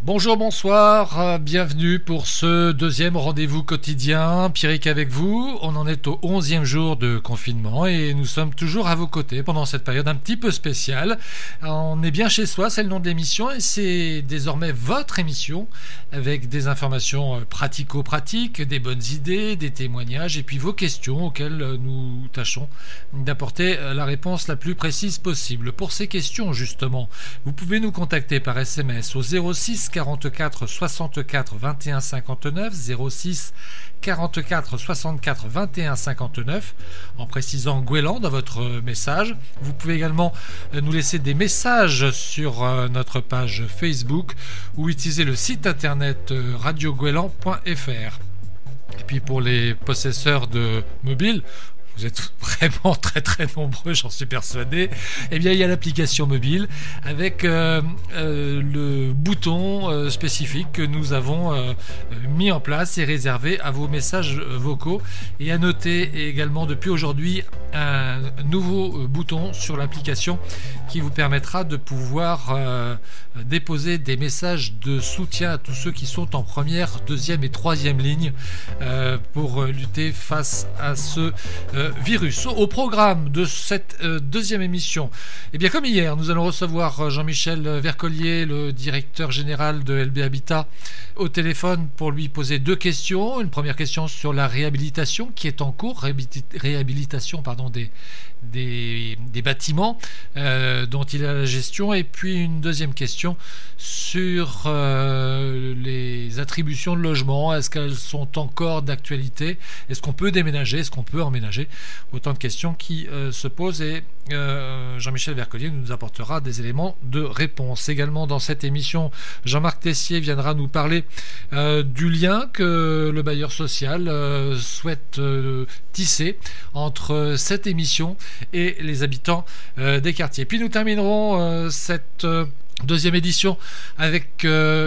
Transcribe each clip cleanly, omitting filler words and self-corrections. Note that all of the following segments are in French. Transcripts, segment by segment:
Bonjour, bonsoir, bienvenue pour ce deuxième rendez-vous quotidien. Pierrick avec vous, on en est au 11e jour de confinement et nous sommes toujours à vos côtés pendant cette période un petit peu spéciale. On est bien chez soi, c'est le nom de l'émission et c'est désormais votre émission avec des informations pratico-pratiques, des bonnes idées, des témoignages et puis vos questions auxquelles nous tâchons d'apporter la réponse la plus précise possible. Pour ces questions justement, vous pouvez nous contacter par SMS au 06 44 64 21 59 06 44 64 21 59 en précisant Gouélan dans votre message. Vous pouvez également nous laisser des messages sur notre page Facebook ou utiliser le site internet radiogouélan.fr. Et puis pour les possesseurs de mobiles, vous êtes vraiment très très nombreux, j'en suis persuadé. Eh bien, il y a l'application mobile avec le bouton spécifique que nous avons mis en place et réservé à vos messages vocaux. Et à noter également depuis aujourd'hui un nouveau bouton sur l'application qui vous permettra de pouvoir déposer des messages de soutien à tous ceux qui sont en première, deuxième et troisième ligne pour lutter face à ce virus. Au programme de cette deuxième émission, eh bien comme hier, nous allons recevoir Jean-Michel Vercollier, le directeur général de LB Habitat, au téléphone pour lui poser deux questions. Une première question sur la réhabilitation qui est en cours, réhabilitation des bâtiments dont il a la gestion, et puis une deuxième question sur les attributions de logement. Est-ce qu'elles sont encore d'actualité? Est-ce qu'on peut déménager? Est-ce qu'on peut emménager? Autant de questions qui se posent et Jean-Michel Vercollier nous apportera des éléments de réponse. Également dans cette émission, Jean-Marc Tessier viendra nous parler du lien que le bailleur social souhaite tisser entre cette émission et les habitants des quartiers. Puis nous terminerons cette deuxième édition avec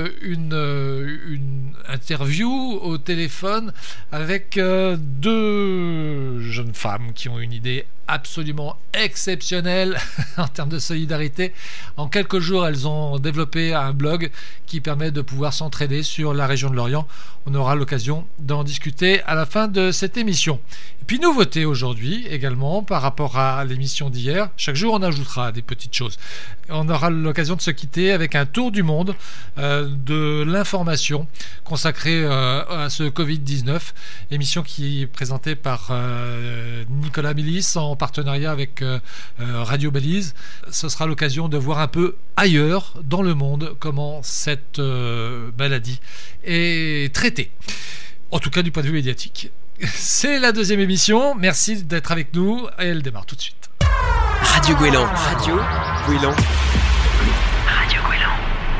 une interview au téléphone avec deux jeunes femmes qui ont une idée absolument exceptionnelle en termes de solidarité. En quelques jours, elles ont développé un blog qui permet de pouvoir s'entraider sur la région de Lorient. On aura l'occasion d'en discuter à la fin de cette émission. Et puis nouveauté aujourd'hui également par rapport à l'émission d'hier. Chaque jour, on ajoutera des petites choses. On aura l'occasion de se quitter avec un tour du monde de l'information consacrée à ce Covid-19. Émission qui est présentée par Nicolas Mélis en partenariat avec Radio Balise. Ce sera l'occasion de voir un peu ailleurs dans le monde comment cette maladie est traitée. En tout cas du point de vue médiatique. C'est la deuxième émission. Merci d'être avec nous et elle démarre tout de suite. Radio Gouélan. Radio Gouélan. Radio Gouélan.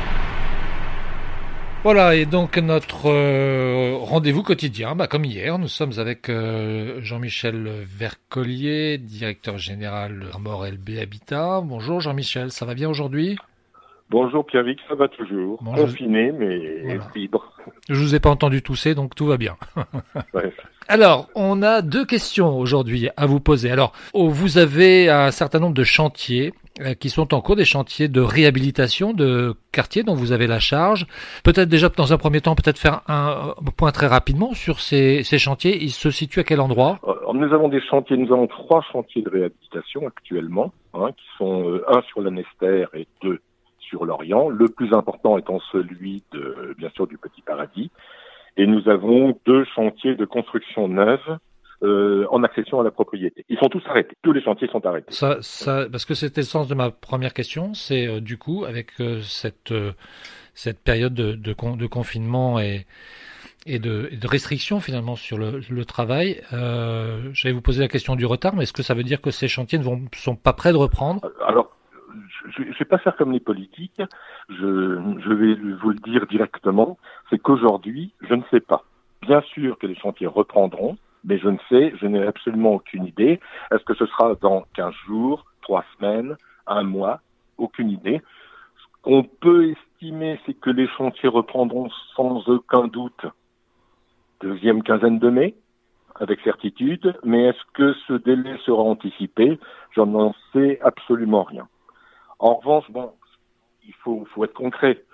Voilà, et donc notre rendez-vous quotidien, comme hier, nous sommes avec Jean-Michel Vercollier, directeur général de Armor LB Habitat. Bonjour Jean-Michel, ça va bien aujourd'hui? Bonjour Pierrick, ça va toujours. Bon, confiné, mais voilà. libre. Je vous ai pas entendu tousser, donc tout va bien. Ouais. Alors, on a deux questions aujourd'hui à vous poser. Alors, vous avez un certain nombre de chantiers qui sont en cours, des chantiers de réhabilitation de quartiers dont vous avez la charge. Peut-être déjà, dans un premier temps, peut-être faire un point très rapidement sur ces chantiers. Ils se situent à quel endroit? Nous avons des chantiers, nous avons 3 chantiers de réhabilitation actuellement, qui sont un sur la Nester et 2 sur Lorient. Le plus important étant celui de, bien sûr, du Petit Paradis. Et nous avons 2 chantiers de construction neuve en accession à la propriété. Ils sont tous arrêtés. Tous les chantiers sont arrêtés. Ça, parce que c'était le sens de ma première question. C'est du coup avec cette période de confinement et de restrictions finalement sur le travail. J'allais vous poser la question du retard, mais est-ce que ça veut dire que ces chantiers ne sont pas prêts de reprendre? Alors, je vais pas faire comme les politiques. Je vais vous le dire directement. C'est qu'aujourd'hui, je ne sais pas. Bien sûr que les chantiers reprendront, mais je n'ai absolument aucune idée. Est-ce que ce sera dans 15 jours, 3 semaines, 1 mois? Aucune idée. Ce qu'on peut estimer, c'est que les chantiers reprendront sans aucun doute deuxième quinzaine de mai, avec certitude. Mais est-ce que ce délai sera anticipé? Je n'en sais absolument rien. En revanche, il faut être concret.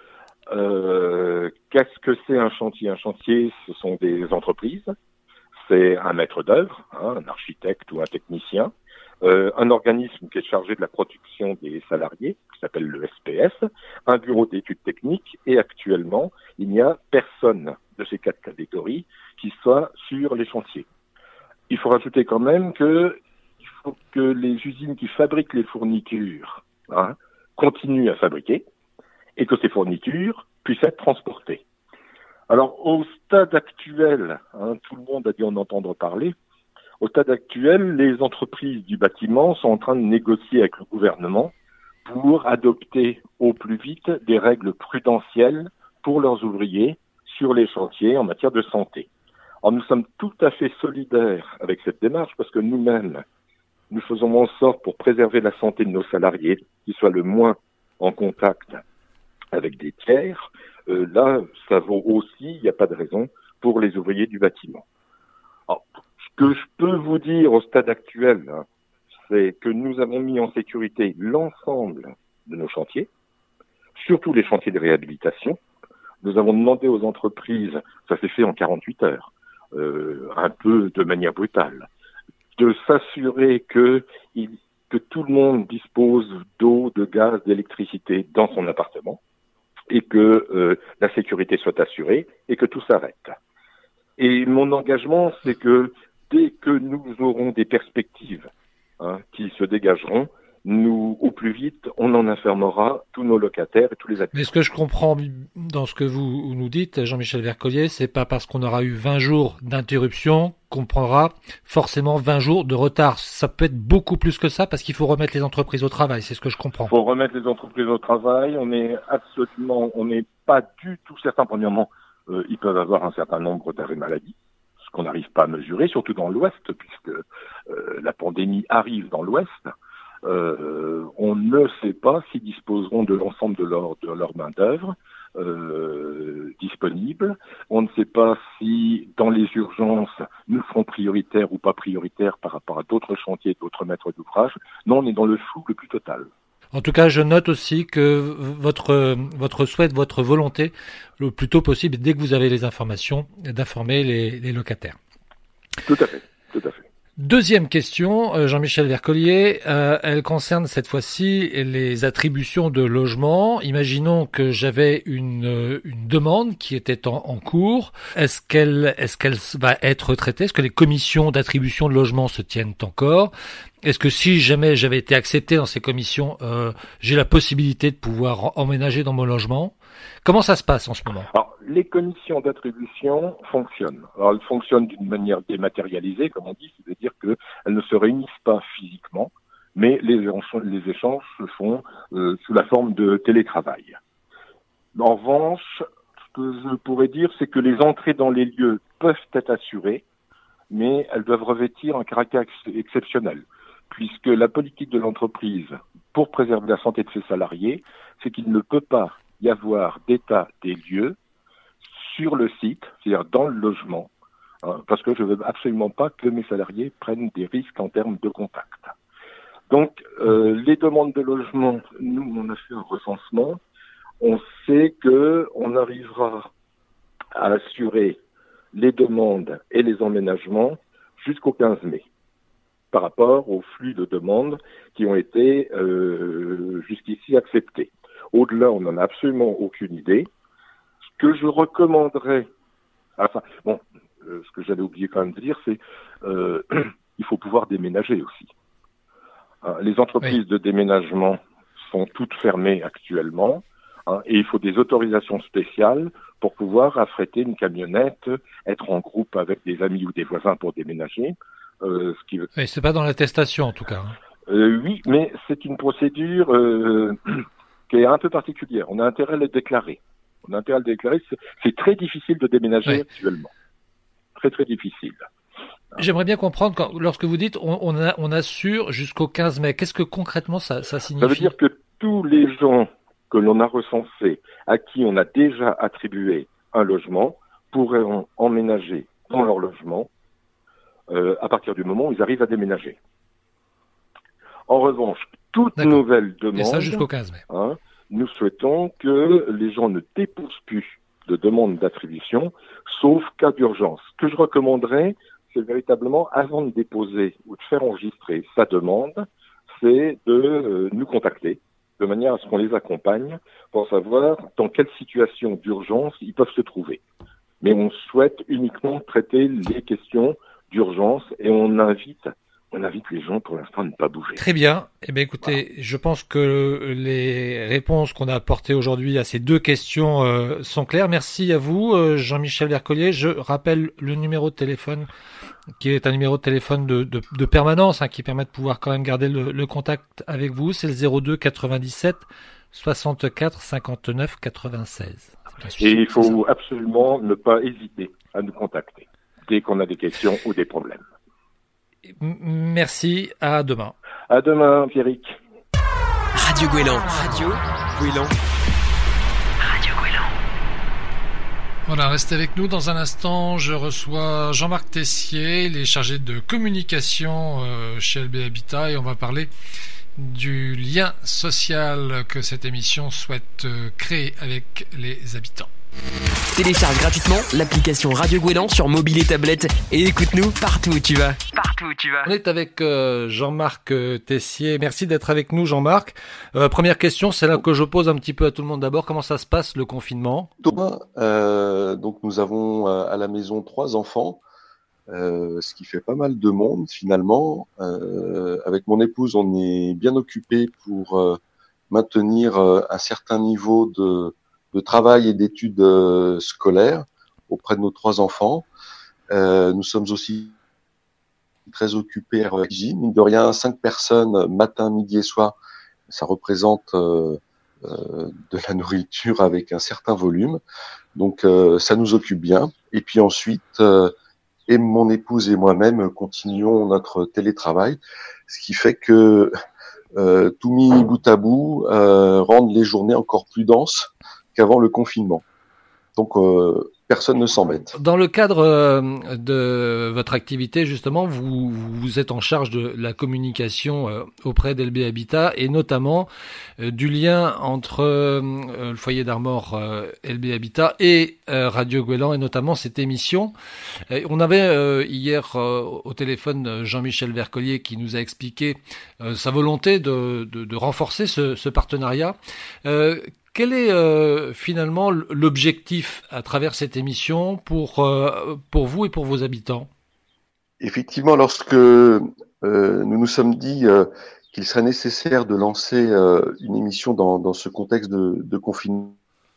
Qu'est-ce que c'est un chantier? Un chantier, ce sont des entreprises. C'est un maître d'œuvre, un architecte ou un technicien, un organisme qui est chargé de la protection des salariés, qui s'appelle le SPS, un bureau d'études techniques, et actuellement, il n'y a personne de ces 4 catégories qui soit sur les chantiers. Il faut rajouter quand même qu'il faut que les usines qui fabriquent les fournitures continuent à fabriquer et que ces fournitures puissent être transportées. Alors, au stade actuel, tout le monde a dû en entendre parler, au stade actuel, les entreprises du bâtiment sont en train de négocier avec le gouvernement pour adopter au plus vite des règles prudentielles pour leurs ouvriers sur les chantiers en matière de santé. Alors, nous sommes tout à fait solidaires avec cette démarche parce que nous-mêmes, nous faisons en sorte pour préserver la santé de nos salariés, qu'ils soient le moins en contact avec des tiers. Là, ça vaut aussi, il n'y a pas de raison, pour les ouvriers du bâtiment. Alors, ce que je peux vous dire au stade actuel, c'est que nous avons mis en sécurité l'ensemble de nos chantiers, surtout les chantiers de réhabilitation. Nous avons demandé aux entreprises, ça s'est fait en 48 heures, un peu de manière brutale, de s'assurer que tout le monde dispose d'eau, de gaz, d'électricité dans son appartement, et que la sécurité soit assurée et que tout s'arrête. Et mon engagement, c'est que dès que nous aurons des perspectives qui se dégageront, nous, au plus vite, on en informera tous nos locataires et tous les acteurs. Mais ce que je comprends dans ce que vous nous dites, Jean-Michel Vercollier, c'est pas parce qu'on aura eu 20 jours d'interruption qu'on prendra forcément 20 jours de retard. Ça peut être beaucoup plus que ça parce qu'il faut remettre les entreprises au travail, c'est ce que je comprends. Il faut remettre les entreprises au travail, on n'est pas du tout certain. Premièrement, ils peuvent avoir un certain nombre d'arrêts maladie, ce qu'on n'arrive pas à mesurer, surtout dans l'Ouest, puisque la pandémie arrive dans l'Ouest. On ne sait pas s'ils disposeront de l'ensemble de leur main-d'œuvre disponible. On ne sait pas si, dans les urgences, nous serons prioritaires ou pas prioritaires par rapport à d'autres chantiers, d'autres maîtres d'ouvrage. Non, on est dans le flou le plus total. En tout cas, je note aussi que votre souhait, votre volonté, le plus tôt possible, dès que vous avez les informations, d'informer les locataires. Tout à fait, tout à fait. Deuxième question, Jean-Michel Vercollier, elle concerne cette fois-ci les attributions de logement. Imaginons que j'avais une demande qui était en cours. Est-ce qu'elle va être traitée? Est-ce que les commissions d'attribution de logement se tiennent encore? Est-ce que si jamais j'avais été accepté dans ces commissions, j'ai la possibilité de pouvoir emménager dans mon logement? Comment ça se passe en ce moment? Alors, les commissions d'attribution fonctionnent. Alors, elles fonctionnent d'une manière dématérialisée, comme on dit, c'est-à-dire qu'elles ne se réunissent pas physiquement, mais les échanges se font sous la forme de télétravail. En revanche, ce que je pourrais dire, c'est que les entrées dans les lieux peuvent être assurées, mais elles doivent revêtir un caractère exceptionnel, puisque la politique de l'entreprise, pour préserver la santé de ses salariés, c'est qu'il ne peut pas y avoir d'état des lieux sur le site, c'est-à-dire dans le logement, parce que je ne veux absolument pas que mes salariés prennent des risques en termes de contact. Donc, les demandes de logement, nous, on a fait un recensement. On sait qu'on arrivera à assurer les demandes et les emménagements jusqu'au 15 mai, par rapport au flux de demandes qui ont été jusqu'ici acceptées. Au-delà, on n'en a absolument aucune idée. Ce que je recommanderais, ce que j'avais oublié quand même de dire, c'est il faut pouvoir déménager aussi. Les entreprises de déménagement sont toutes fermées actuellement, et il faut des autorisations spéciales pour pouvoir affréter une camionnette, être en groupe avec des amis ou des voisins pour déménager. Mais c'est pas dans l'attestation en tout cas. Oui, mais c'est une procédure qui est un peu particulière. On a intérêt à le déclarer. C'est très difficile de déménager actuellement. Très, très difficile. J'aimerais bien comprendre, lorsque vous dites on assure jusqu'au 15 mai, qu'est-ce que concrètement ça signifie? Ça veut dire que tous les gens que l'on a recensés, à qui on a déjà attribué un logement, pourraient emménager dans leur logement à partir du moment où ils arrivent à déménager. En revanche, toute nouvelle demande... Et ça jusqu'au 15 mai. nous souhaitons que les gens ne déposent plus de demande d'attribution, sauf cas d'urgence. Ce que je recommanderais, c'est véritablement, avant de déposer ou de faire enregistrer sa demande, c'est de nous contacter, de manière à ce qu'on les accompagne pour savoir dans quelle situation d'urgence ils peuvent se trouver. Mais on souhaite uniquement traiter les questions d'urgence et on invite les gens pour l'instant à ne pas bouger. Très bien. Eh bien, écoutez, je pense que les réponses qu'on a apportées aujourd'hui à ces deux questions sont claires. Merci à vous, Jean-Michel Vercollier. Je rappelle le numéro de téléphone, qui est un numéro de téléphone de permanence, qui permet de pouvoir quand même garder le contact avec vous. C'est le 02 97 64 59 96. Et il faut absolument ne pas hésiter à nous contacter dès qu'on a des questions ou des problèmes. Merci, à demain. À demain, Pierrick. Radio Gouélan. Radio Gouélan. Radio Gouélan. Voilà, restez avec nous. Dans un instant, je reçois Jean-Marc Tessier, il est chargé de communication chez LB Habitat et on va parler du lien social que cette émission souhaite créer avec les habitants. Télécharge gratuitement l'application Radio Gouélan sur mobile et tablette et écoute-nous partout où tu vas. Partout où tu vas. On est avec Jean-Marc Tessier. Merci d'être avec nous, Jean-Marc. Première question, c'est là que je pose un petit peu à tout le monde d'abord. Comment ça se passe, le confinement ? Thomas, donc nous avons à la maison 3 enfants, ce qui fait pas mal de monde finalement. Avec mon épouse, on est bien occupés pour maintenir un certain niveau de travail et d'études scolaires auprès de nos 3 enfants. Nous sommes aussi très occupés à la cuisine. Mine de rien, 5 personnes, matin, midi et soir, ça représente de la nourriture avec un certain volume. Donc, ça nous occupe bien. Et puis ensuite, et mon épouse et moi-même continuons notre télétravail, ce qui fait que tout mis bout à bout rendent les journées encore plus denses qu'avant le confinement. Donc, personne ne s'embête. Dans le cadre de votre activité, justement, vous êtes en charge de la communication auprès d'LB Habitat et notamment du lien entre le foyer d'Armor LB Habitat et Radio Gouélan et notamment cette émission. On avait hier au téléphone Jean-Michel Vercollier qui nous a expliqué sa volonté de renforcer ce partenariat. Quel est finalement l'objectif à travers cette émission pour vous et pour vos habitants ? Effectivement, lorsque nous nous sommes dit qu'il serait nécessaire de lancer une émission dans ce contexte de confinement,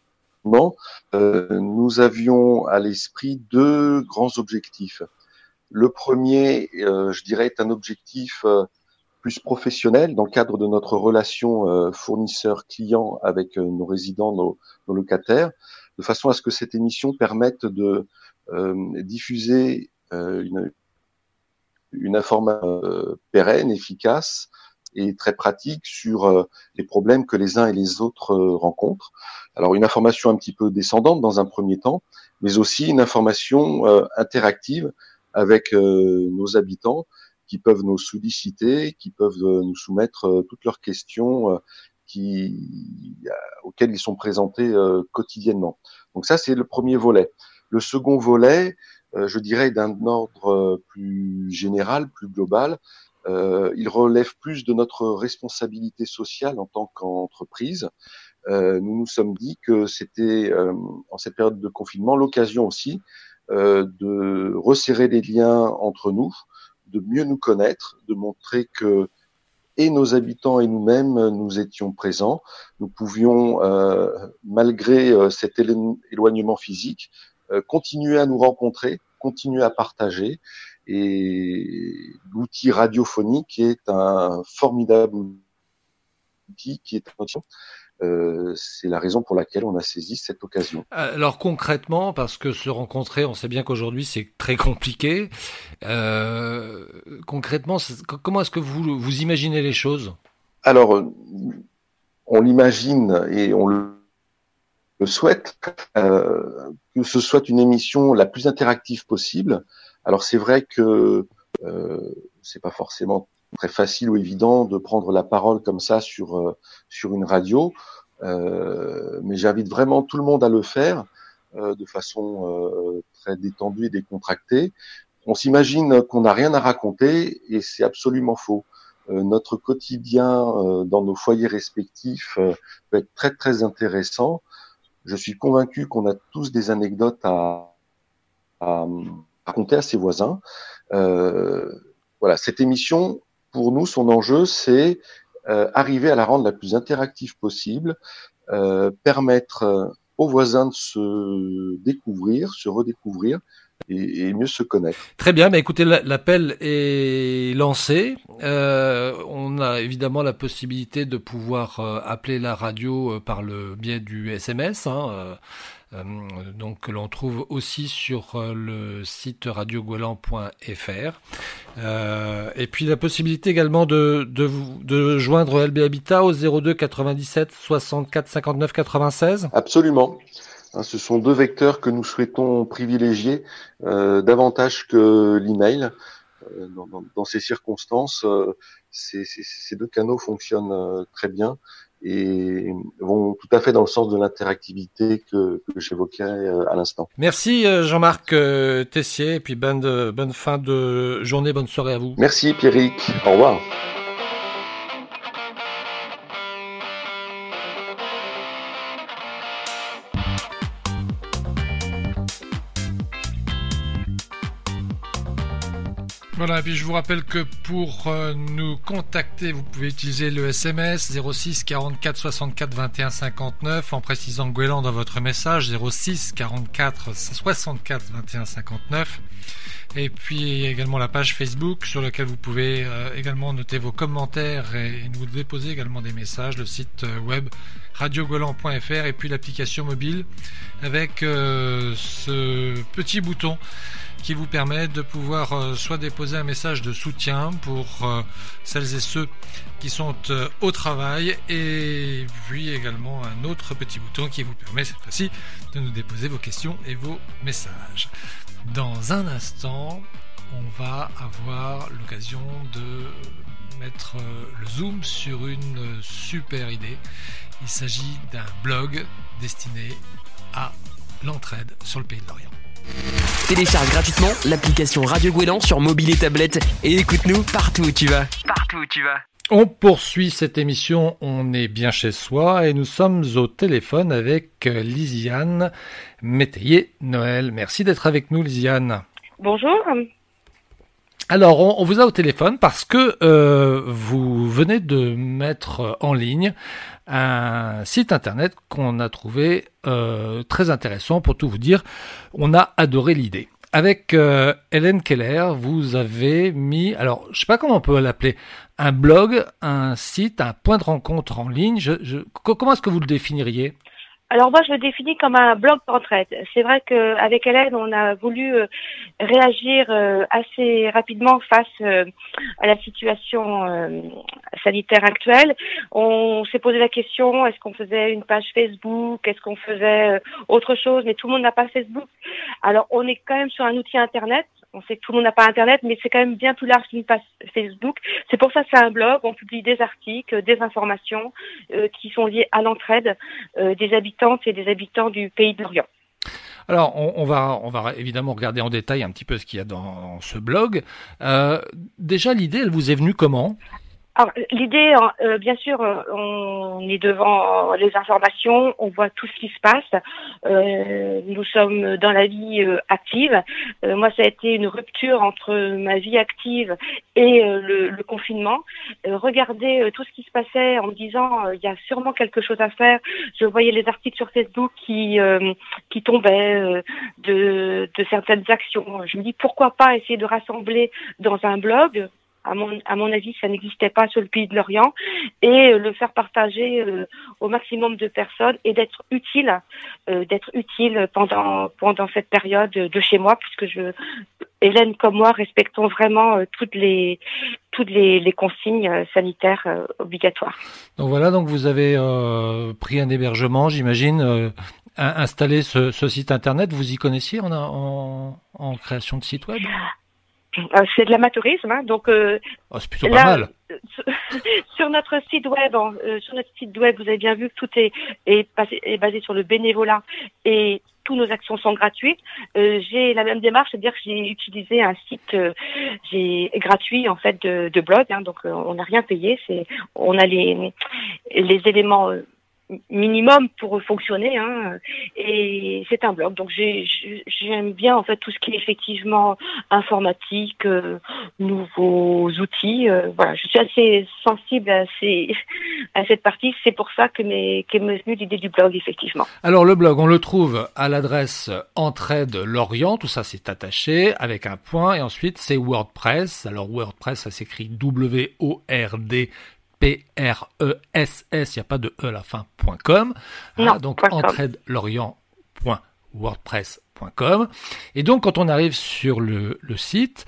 nous avions à l'esprit 2 grands objectifs. Le premier, je dirais, est un objectif plus professionnel dans le cadre de notre relation fournisseur-client avec nos résidents, nos locataires, de façon à ce que cette émission permette de diffuser une information pérenne, efficace et très pratique sur les problèmes que les uns et les autres rencontrent. Alors une information un petit peu descendante dans un premier temps, mais aussi une information interactive avec nos habitants, qui peuvent nous solliciter, qui peuvent nous soumettre toutes leurs questions auxquelles ils sont présentés quotidiennement. Donc ça, c'est le premier volet. Le second volet, je dirais d'un ordre plus général, plus global, il relève plus de notre responsabilité sociale en tant qu'entreprise. Nous nous sommes dit que c'était, en cette période de confinement, l'occasion aussi de resserrer les liens entre nous, de mieux nous connaître, de montrer que et nos habitants et nous-mêmes, nous étions présents. Nous pouvions, malgré cet éloignement physique, continuer à nous rencontrer, continuer à partager. Et l'outil radiophonique est un formidable outil qui est un c'est la raison pour laquelle on a saisi cette occasion. Alors concrètement, parce que se rencontrer, on sait bien qu'aujourd'hui c'est très compliqué. Concrètement, comment est-ce que vous imaginez les choses ? Alors, on l'imagine et on le souhaite que ce soit une émission la plus interactive possible. Alors c'est vrai que c'est pas forcément très facile ou évident de prendre la parole comme ça sur une radio. Mais j'invite vraiment tout le monde à le faire de façon très détendue et décontractée. On s'imagine qu'on n'a rien à raconter et c'est absolument faux. Notre quotidien dans nos foyers respectifs peut être très très intéressant. Je suis convaincu qu'on a tous des anecdotes à raconter à ses voisins. Voilà, cette émission, pour nous, son enjeu, c'est arriver à la rendre la plus interactive possible, permettre aux voisins de se découvrir, se redécouvrir et mieux se connaître. Très bien, écoutez, l'appel est lancé. On a évidemment la possibilité de pouvoir appeler la radio par le biais du SMS, donc que l'on trouve aussi sur le site radiogoéland.fr. Et puis la possibilité également de joindre LB Habitat au 02 97 64 59 96. Absolument. Ce sont deux vecteurs que nous souhaitons privilégier davantage que l'email. Dans ces circonstances, ces deux canaux fonctionnent très bien et vont tout à fait dans le sens de l'interactivité que j'évoquais à l'instant. Merci Jean-Marc Tessier et puis bonne fin de journée, bonne soirée à vous. Merci Pierrick, au revoir. Voilà, et puis je vous rappelle que pour nous contacter, vous pouvez utiliser le SMS 06 44 64 21 59 en précisant Gouéland dans votre message 06 44 64 21 59. Et puis également la page Facebook sur laquelle vous pouvez également noter vos commentaires et nous déposer également des messages, le site web radiogoéland.fr et puis l'application mobile avec ce petit bouton qui vous permet de pouvoir soit déposer un message de soutien pour celles et ceux qui sont au travail et puis également un autre petit bouton qui vous permet cette fois-ci de nous déposer vos questions et vos messages. Dans un instant, on va avoir l'occasion de mettre le zoom sur une super idée. Il s'agit d'un blog destiné à l'entraide sur le pays de l'Orient. Télécharge gratuitement l'application Radio Gouéland sur mobile et tablette et écoute-nous partout où tu vas. Partout où tu vas. On poursuit cette émission, on est bien chez soi et nous sommes au téléphone avec Lisiane Métayer-Noël. Merci d'être avec nous Lisiane. Bonjour. Alors on vous a au téléphone parce que vous venez de mettre en ligne un site internet qu'on a trouvé très intéressant. Pour tout vous dire, on a adoré l'idée. Avec Hélène Keller, vous avez mis, alors je sais pas comment on peut l'appeler, un blog, un site, un point de rencontre en ligne. Comment est-ce que vous le définiriez ? Alors moi, je le définis comme un blog d'entraide. C'est vrai qu'avec Hélène, on a voulu réagir assez rapidement face à la situation sanitaire actuelle. On s'est posé la question, est-ce qu'on faisait une page Facebook, est-ce qu'on faisait autre chose, mais tout le monde n'a pas Facebook. Alors on est quand même sur un outil Internet. On sait que tout le monde n'a pas Internet, mais c'est quand même bien plus large qu'une page Facebook. C'est pour ça que c'est un blog. On publie des articles, des informations qui sont liées à l'entraide des habitantes et des habitants du pays de l'Orient. Alors, on va évidemment regarder en détail un petit peu ce qu'il y a dans ce blog. Déjà, l'idée, elle vous est venue comment ? Alors, l'idée, bien sûr, on est devant les informations, on voit tout ce qui se passe. Nous sommes dans la vie active. Moi, ça a été une rupture entre ma vie active et le confinement. Regarder tout ce qui se passait en me disant, il y a sûrement quelque chose à faire. Je voyais les articles sur Facebook qui tombaient de certaines actions. Je me dis, pourquoi pas essayer de rassembler dans un blog. À mon avis, ça n'existait pas sur le pays de l'Orient, et le faire partager au maximum de personnes et d'être utile pendant cette période de chez moi, puisque Hélène comme moi respectons vraiment toutes les consignes sanitaires obligatoires. Donc voilà, donc vous avez pris un hébergement, j'imagine, installé ce site internet. Vous y connaissiez en création de site web ? C'est de l'amateurisme, donc c'est plutôt pas mal. Sur notre site web, vous avez bien vu que tout est basé sur le bénévolat et tous nos actions sont gratuites. J'ai la même démarche, c'est-à-dire que j'ai utilisé un site gratuit en fait de blog, hein, donc on n'a rien payé. On a les éléments minimum pour fonctionner, hein, et c'est un blog. Donc j'aime bien en fait tout ce qui est effectivement informatique, nouveaux outils. Voilà, je suis assez sensible à cette partie. C'est pour ça que m'est venue l'idée du blog, effectivement. Alors le blog, on le trouve à l'adresse Entraide Lorient, tout ça c'est attaché avec un point, et ensuite c'est WordPress. Alors WordPress, ça s'écrit WORD PRESS, il n'y a pas de E à la fin, .com. Non, donc .com. entraidelorient.wordpress.com. Et donc quand on arrive sur le site,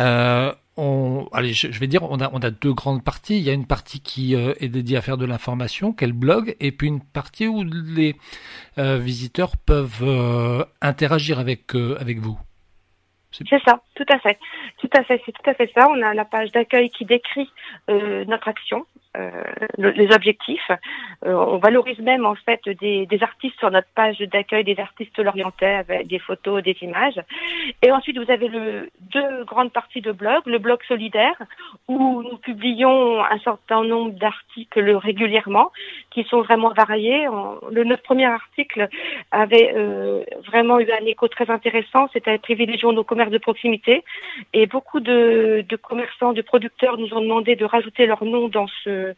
je vais dire, on a deux grandes parties. Il y a une partie qui est dédiée à faire de l'information, qu'est le blog, et puis une partie où les visiteurs peuvent interagir avec vous. C'est ça, tout à fait. C'est tout à fait ça. On a la page d'accueil qui décrit notre action, les objectifs. On valorise même en fait des artistes sur notre page d'accueil, des artistes lorientais avec des photos, des images. Et ensuite vous avez deux grandes parties de blog, le blog solidaire où nous publions un certain nombre d'articles régulièrement qui sont vraiment variés. Notre premier article avait vraiment eu un écho très intéressant. C'était privilégions nos commerces de proximité, et beaucoup de commerçants, de producteurs nous ont demandé de rajouter leur nom dans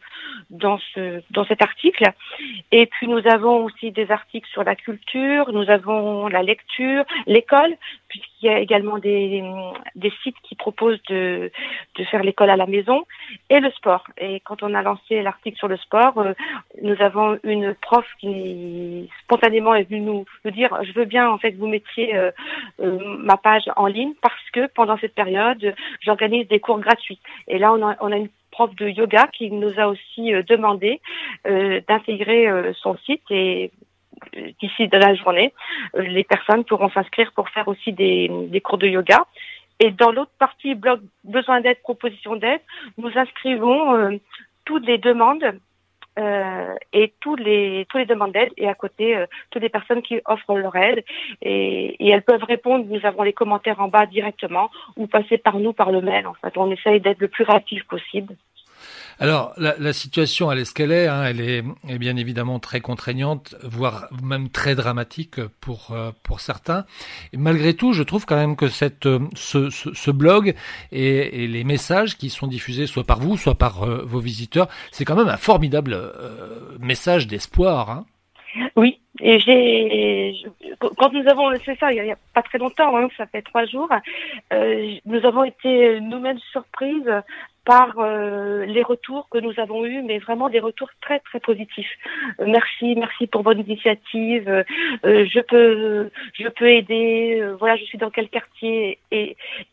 cet article. Et puis nous avons aussi des articles sur la culture, nous avons la lecture, l'école, puisqu'il y a également des sites qui proposent de faire l'école à la maison, et le sport. Et quand on a lancé l'article sur le sport, nous avons une prof qui spontanément est venue nous dire je veux bien en fait que vous mettiez ma page en ligne parce que pendant cette période j'organise des cours gratuits. Et là on a une prof de yoga qui nous a aussi demandé d'intégrer son site, et d'ici de la journée, les personnes pourront s'inscrire pour faire aussi des cours de yoga. Et dans l'autre partie, blog besoin d'aide, proposition d'aide, nous inscrivons toutes les demandes et toutes les demandes d'aide, et à côté toutes les personnes qui offrent leur aide, et elles peuvent répondre. Nous avons les commentaires en bas directement ou passer par nous par le mail. En fait, on essaye d'être le plus réactif possible. Alors, la situation, elle est ce qu'elle est, hein, elle est bien évidemment très contraignante, voire même très dramatique pour certains. Et malgré tout, je trouve quand même que ce blog et les messages qui sont diffusés soit par vous, soit par vos visiteurs, c'est quand même un formidable message d'espoir, hein. Oui, et quand nous avons fait ça, il y a pas très longtemps, hein, ça fait 3 jours, nous avons été nous-mêmes surprises par les retours que nous avons eus, mais vraiment des retours très très positifs. Merci pour votre initiative. Je peux aider. Voilà, je suis dans quel quartier, et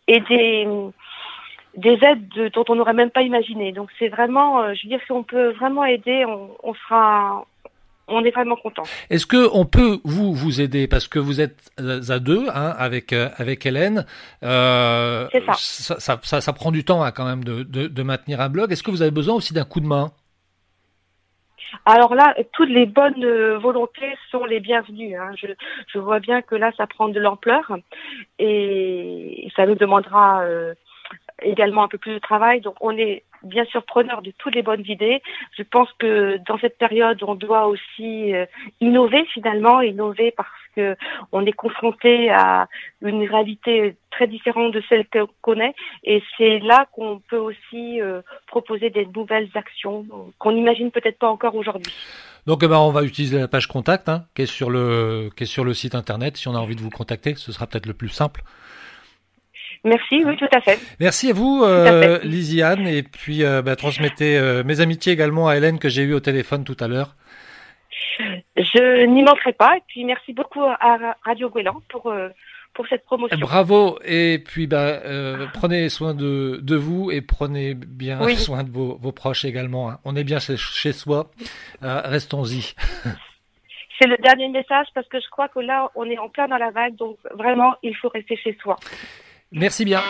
des aides dont on n'aurait même pas imaginé. Donc c'est vraiment, je veux dire, si on peut vraiment aider, on est vraiment content. Est-ce que on peut vous aider, parce que vous êtes à deux, hein, avec Hélène. C'est ça. Ça prend du temps, hein, quand même de maintenir un blog. Est-ce que vous avez besoin aussi d'un coup de main? Alors là, toutes les bonnes volontés sont les bienvenues, hein. Je vois bien que là, ça prend de l'ampleur, et ça nous demandera également un peu plus de travail. Donc on est bien sûr preneur de toutes les bonnes idées. Je pense que dans cette période, on doit aussi innover parce que on est confronté à une réalité très différente de celle qu'on connaît, et c'est là qu'on peut aussi proposer des nouvelles actions qu'on n'imagine peut-être pas encore aujourd'hui. Donc on va utiliser la page contact, hein, qui est sur le site internet. Si on a envie de vous contacter, ce sera peut-être le plus simple. Merci, oui, tout à fait. Merci à vous, Lisiane, et puis transmettez mes amitiés également à Hélène que j'ai eue au téléphone tout à l'heure. Je n'y manquerai pas, et puis merci beaucoup à Radio Gouélan pour cette promotion. Bravo, et puis prenez soin de vous, et prenez bien soin de vos proches également, hein. On est bien chez soi, restons-y. C'est le dernier message, parce que je crois que là, on est en plein dans la vague, donc vraiment, il faut rester chez soi. Merci bien.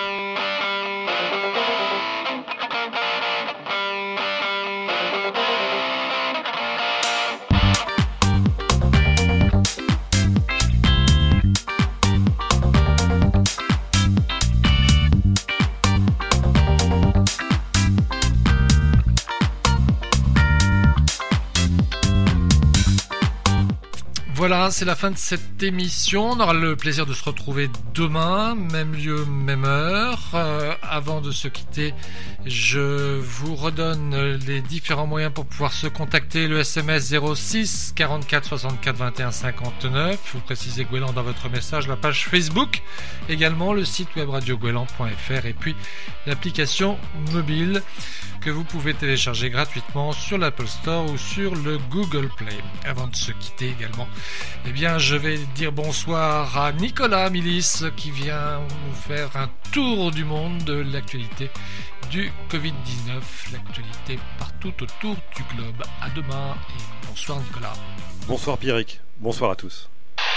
Voilà, c'est la fin de cette émission. On aura le plaisir de se retrouver demain, même lieu, même heure. Avant de se quitter, je vous redonne les différents moyens pour pouvoir se contacter. Le SMS 06 44 64 21 59. Vous précisez Gouélan dans votre message, la page Facebook. Également le site web radiogouélan.fr et puis l'application mobile que vous pouvez télécharger gratuitement sur l'Apple Store ou sur le Google Play. Avant de se quitter également, eh bien, je vais dire bonsoir à Nicolas Milis qui vient nous faire un tour du monde de l'actualité du Covid-19, l'actualité partout autour du globe. À demain et bonsoir Nicolas. Bonsoir Pierrick, bonsoir à tous.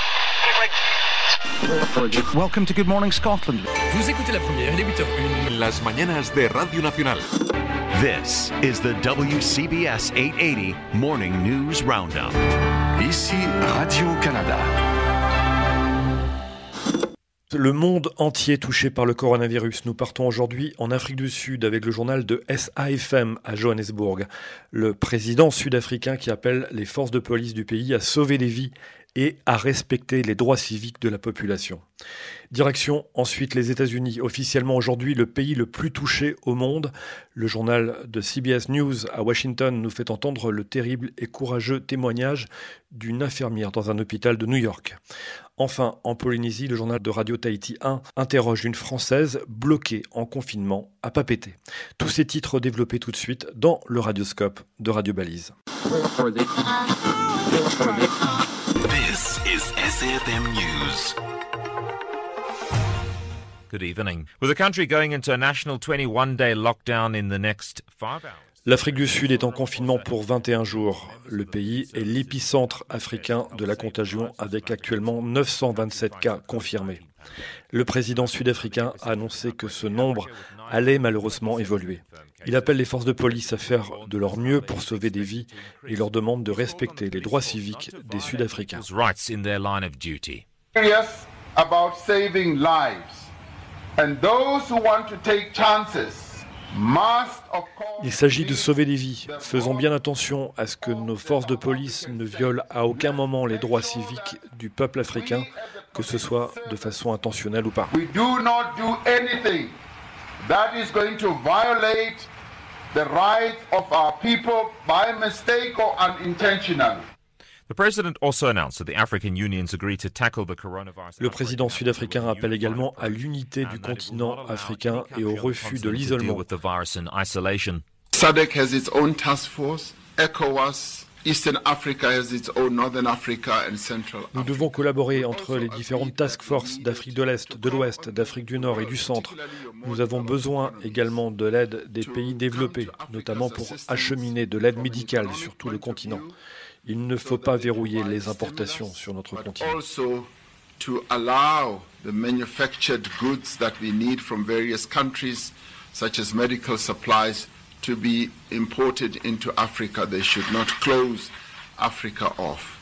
Welcome to Good Morning Scotland. Vous écoutez la première, il est 8h01. Las mañanas de Radio Nacional. This is the WCBS 880 Morning News Roundup. Ici Radio-Canada. Le monde entier touché par le coronavirus. Nous partons aujourd'hui en Afrique du Sud avec le journal de SAFM à Johannesburg. Le président sud-africain qui appelle les forces de police du pays à sauver des vies et à respecter les droits civiques de la population. Direction ensuite les États-Unis, officiellement aujourd'hui le pays le plus touché au monde. Le journal de CBS News à Washington nous fait entendre le terrible et courageux témoignage d'une infirmière dans un hôpital de New York. Enfin, en Polynésie, le journal de Radio Tahiti 1 interroge une Française bloquée en confinement à Papeete. Tous ces titres développés tout de suite dans le Radioscope de Radio Balise. This is SAFM News. Good evening. With the country going into a national 21-day lockdown in the next 5 hours. L'Afrique du Sud est en confinement pour 21 jours. Le pays est l'épicentre africain de la contagion avec actuellement 927 cas confirmés. Le président sud-africain a annoncé que ce nombre allait malheureusement évoluer. Il appelle les forces de police à faire de leur mieux pour sauver des vies et leur demande de respecter les droits civiques des Sud-Africains. About saving lives. And those who want to take chances must of course. Il s'agit de sauver des vies. Faisons bien attention à ce que nos forces de police ne violent à aucun moment les droits civiques du peuple africain, que ce soit de façon intentionnelle ou pas. We do not do anything that is going to violate the rights of our people by mistake or unintentionally. The president also announced that the African Union's agreed to tackle the coronavirus. Le président sud-africain appelle également à l'unité du continent africain et au refus de l'isolement. SADC has its own task force, ECOWAS, Eastern Africa has its own, Northern Africa and Central Africa. Nous devons collaborer entre les différentes task forces d'Afrique de l'Est, de l'Ouest, d'Afrique du Nord et du Centre. Nous avons besoin également de l'aide des pays développés, notamment pour acheminer de l'aide médicale sur tout le continent. Il ne faut pas verrouiller les importations sur notre continent. Also to allow the manufactured goods that we need from various countries, such as medical supplies, to be imported into Africa. They should not close Africa off.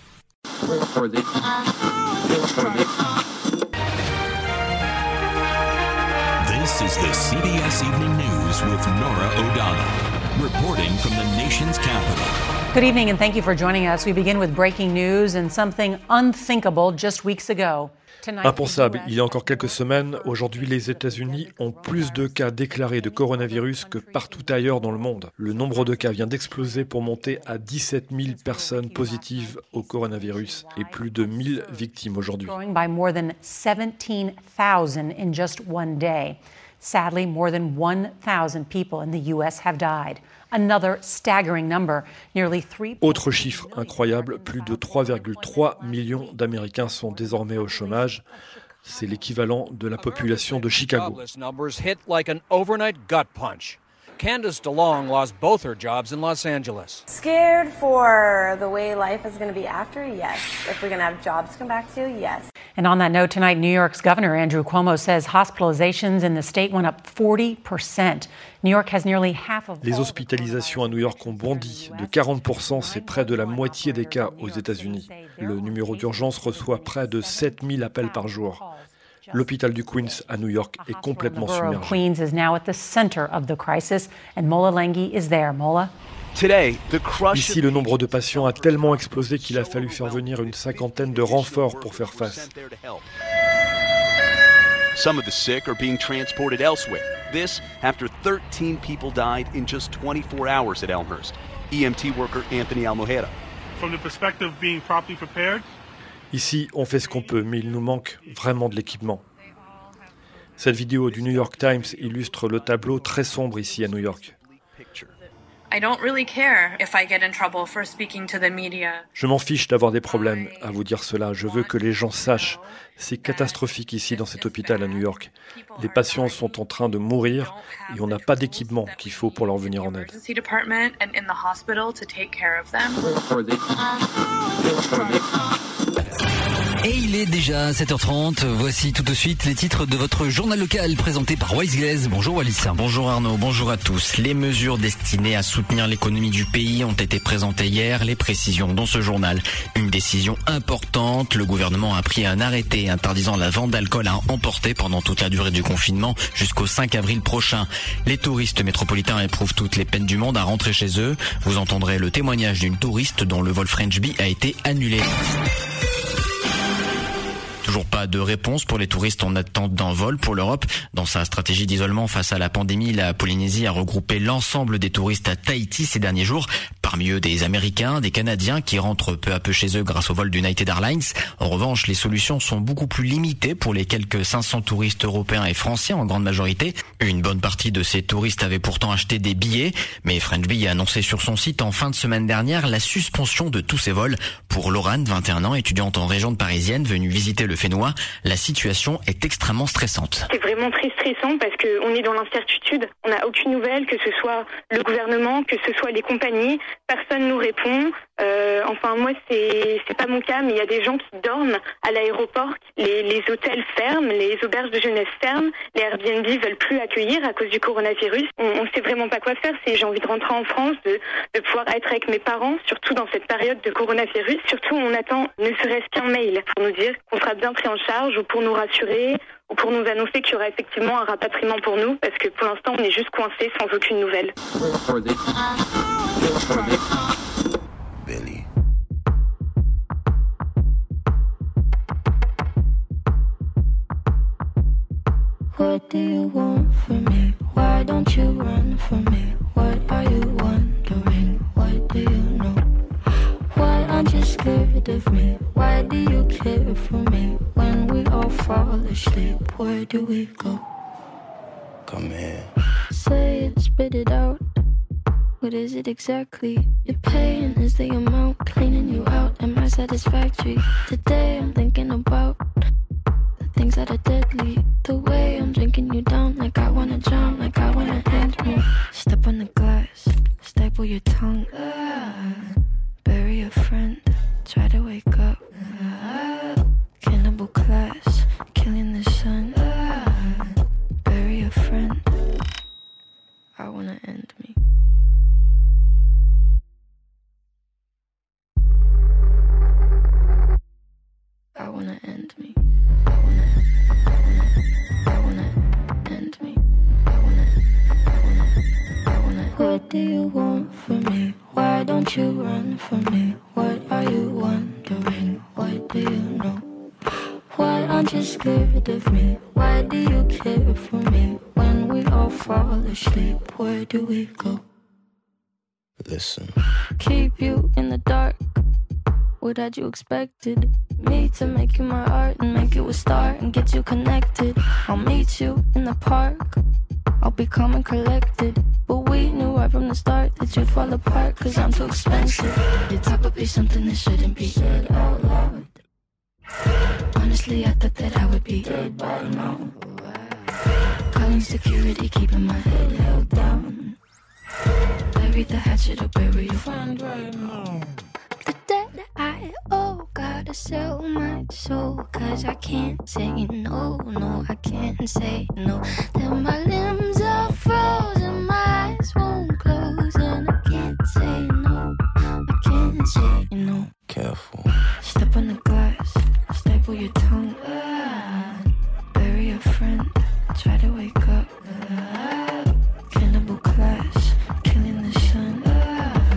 This is the CBS Evening News with Nora O'Donnell, reporting from the nation's capital. Good evening and thank you for joining us. We begin with breaking news and something unthinkable just weeks ago. Impensable, il y a encore quelques semaines, aujourd'hui les États-Unis ont plus de cas déclarés de coronavirus que partout ailleurs dans le monde. Le nombre de cas vient d'exploser pour monter à 17 000 personnes positives au coronavirus et plus de 1000 victimes aujourd'hui. By more than 17,000 in just one day. Sadly, more than 1,000 people in the U.S. have died. Another staggering number, nearly 3. Autre chiffre incroyable, plus de 3,3 millions d'Américains sont désormais au chômage. C'est l'équivalent de la population de Chicago. Candace DeLong lost both her jobs in Los Angeles. Scared for the way life is going to be after? Yes. If we're going to have jobs to come back to? Yes. And on that note, tonight, New York's Governor Andrew Cuomo says hospitalizations in the state went up 40%. New York has nearly half of. Les hospitalisations à New York ont bondi de 40%, c'est près de la moitié des cas aux États-Unis. Le numéro d'urgence reçoit près de 7000 appels par jour. L'hôpital du Queens à New York est complètement submergé. Queens is now at the center of the crisis, and Mola Lenghi is there. Mola. Ici, le nombre de patients a tellement explosé qu'il a fallu faire venir une 50aine de renforts pour faire face. Some of the sick are being transported elsewhere. This after 13 people died in just 24 hours at Elmhurst. EMT worker Anthony Almohada. From the perspective of being properly prepared, ici, on fait ce qu'on peut, mais il nous manque vraiment de l'équipement. Cette vidéo du New York Times illustre le tableau très sombre ici à New York. Je m'en fiche d'avoir des problèmes à vous dire cela. Je veux que les gens sachent. C'est catastrophique ici dans cet hôpital à New York. Les patients sont en train de mourir et on n'a pas d'équipement qu'il faut pour leur venir en aide. Et il est déjà 7h30. Voici tout de suite les titres de votre journal local présenté par Wallis Glaise. Bonjour Wallis. Bonjour Arnaud, bonjour à tous. Les mesures destinées à soutenir l'économie du pays ont été présentées hier. Les précisions dans ce journal. Une décision importante. Le gouvernement a pris un arrêté interdisant la vente d'alcool à emporter pendant toute la durée du confinement jusqu'au 5 avril prochain. Les touristes métropolitains éprouvent toutes les peines du monde à rentrer chez eux. Vous entendrez le témoignage d'une touriste dont le vol French Bee a été annulé. Toujours pas de réponse pour les touristes en attente d'un vol pour l'Europe. Dans sa stratégie d'isolement face à la pandémie, la Polynésie a regroupé l'ensemble des touristes à Tahiti ces derniers jours. Parmi eux, des Américains, des Canadiens qui rentrent peu à peu chez eux grâce au vol d'United Airlines. En revanche, les solutions sont beaucoup plus limitées pour les quelques 500 touristes européens et français en grande majorité. Une bonne partie de ces touristes avaient pourtant acheté des billets, mais French Bee a annoncé sur son site en fin de semaine dernière la suspension de tous ces vols. Pour Laurane, 21 ans, étudiante en région parisienne, venue visiter le Fénois, la situation est extrêmement stressante. C'est vraiment très stressant parce qu'on est dans l'incertitude. On n'a aucune nouvelle, que ce soit le gouvernement, que ce soit les compagnies. Personne nous répond. Enfin, moi, c'est pas mon cas, mais il y a des gens qui dorment à l'aéroport. Les hôtels ferment, les auberges de jeunesse ferment, les Airbnb veulent plus accueillir à cause du coronavirus. On sait vraiment pas quoi faire. J'ai envie de rentrer en France, de pouvoir être avec mes parents, surtout dans cette période de coronavirus. Surtout, on attend ne serait-ce qu'un mail pour nous dire qu'on sera bien pris en charge ou pour nous rassurer ou pour nous annoncer qu'il y aura effectivement un rapatriement pour nous, parce que pour l'instant, on est juste coincés sans aucune nouvelle. Billy. What do you want from me? Why don't you run from me? What are you wondering? What do you know? Why aren't you scared of me? Why do you care for me? When we all fall asleep, where do we go? Come here. Say it, spit it out. What is it exactly? Your pain is the amount cleaning you out. Am I satisfactory? Today I'm thinking about the things that are deadly. The way I'm drinking you down, like I wanna drown, like I wanna end me. Step on the glass, staple your tongue. Bury a friend, try to wake up. Cannibal class, killing the sun. Bury a friend, I wanna end me. I wanna end me. I wanna end me. I wanna. What do you want from me? Why don't you run from me? What are you wondering? What do you know? Why aren't you scared of me? Why do you care for me? When we all fall asleep, where do we go? Listen. Keep you in the dark. What had you expected? Me to make you my art and make you a star and get you connected. I'll meet you in the park. I'll be calm and collected. But we knew right from the start that you'd fall apart, cause I'm too expensive. Your talk would be something that shouldn't be said out loud. Honestly, I thought that I would be dead by now. Calling security, keeping my head held down. Bury the hatchet or bury your friend right now. The debt I owe, gotta sell my soul, cause I can't say no, no, I can't say no. Then my limbs are frozen, my eyes won't close, and I can't say no, I can't say no. Careful. Step on the glass, staple your tongue. Bury a friend, try to wake up. Cannibal class, killing the sun.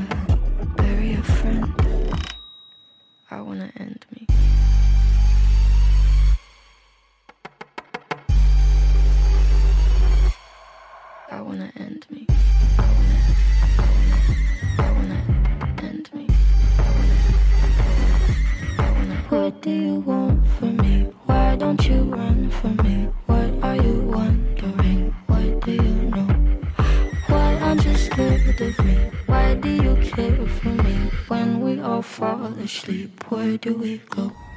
scared of me? Why do you care for me? When we all fall asleep, where do we go?